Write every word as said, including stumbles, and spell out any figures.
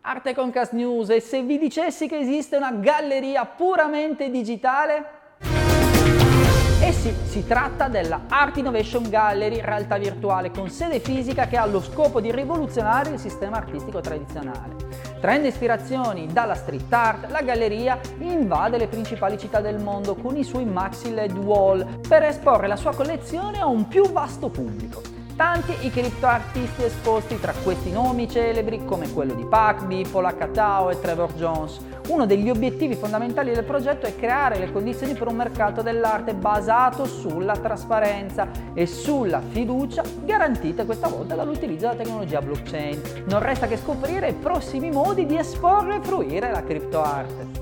Arte Concast News, e se vi dicessi che esiste una galleria puramente digitale? Eh sì, si tratta della Art Innovation Gallery, realtà virtuale con sede fisica che ha lo scopo di rivoluzionare il sistema artistico tradizionale. Traendo ispirazioni dalla street art, la galleria invade le principali città del mondo con i suoi maxi L E D wall per esporre la sua collezione a un più vasto pubblico. Tanti i criptoartisti esposti, tra questi nomi celebri come quello di Pac, Beeple, H T A O e Trevor Jones. Uno degli obiettivi fondamentali del progetto è creare le condizioni per un mercato dell'arte basato sulla trasparenza e sulla fiducia garantite questa volta dall'utilizzo della tecnologia blockchain. Non resta che scoprire i prossimi modi di esporre e fruire la criptoarte.